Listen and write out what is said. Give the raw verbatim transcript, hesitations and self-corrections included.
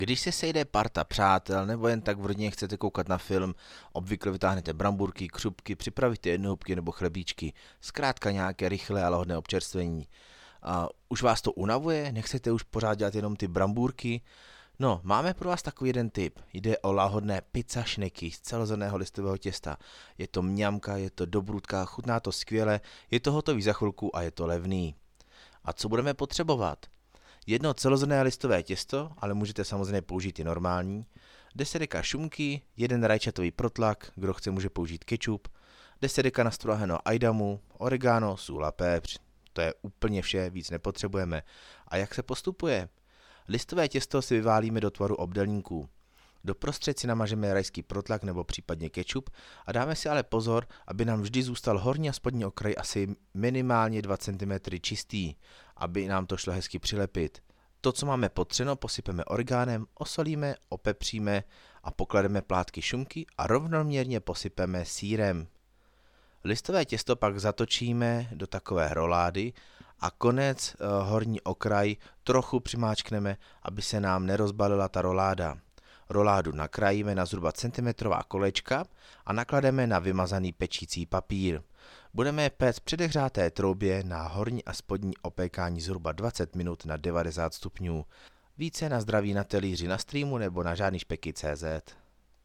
Když se sejde parta přátel nebo jen tak v rodině chcete koukat na film, obvykle vytáhnete bramburky, křupky, připravíte jednohubky nebo chlebíčky, zkrátka nějaké rychlé a lahodné občerstvení. A už vás to unavuje? Nechcete už pořád dělat jenom ty brambůrky? No, máme pro vás takový jeden tip. Jde o lahodné pizza šneky z celozrnného listového těsta. Je to mňamka, je to dobrůdka, chutná to skvěle, je to hotový za chvilku a je to levný. A co budeme potřebovat? Jedno celozrnné listové těsto, ale můžete samozřejmě použít i normální, deset deka šunky, jeden rajčatový protlak, kdo chce může použít kečup, deset deka nastrohaného ajdamu, oregano, sůl a pepř. To je úplně vše, víc nepotřebujeme. A jak se postupuje? Listové těsto si vyválíme do tvaru obdelníků. Doprostřed si namažeme rajský protlak nebo případně kečup a dáme si ale pozor, aby nám vždy zůstal horní a spodní okraj asi minimálně dva centimetry čistý, aby nám to šlo hezky přilepit. To, co máme potřeno, posypeme orgánem, osolíme, opepříme a poklademe plátky šunky a rovnoměrně posypeme sýrem. Listové těsto pak zatočíme do takové rolády a konec eh, horní okraj trochu přimáčkneme, aby se nám nerozbalila ta roláda. Roládu nakrájíme na zhruba centimetrová kolečka a naklademe na vymazaný pečící papír. Budeme péct v předehřáté troubě na horní a spodní opékání zhruba dvacet minut na devadesát stupňů. Více na zdraví na talíři na streamu nebo na žádný špeky tečka cé zet.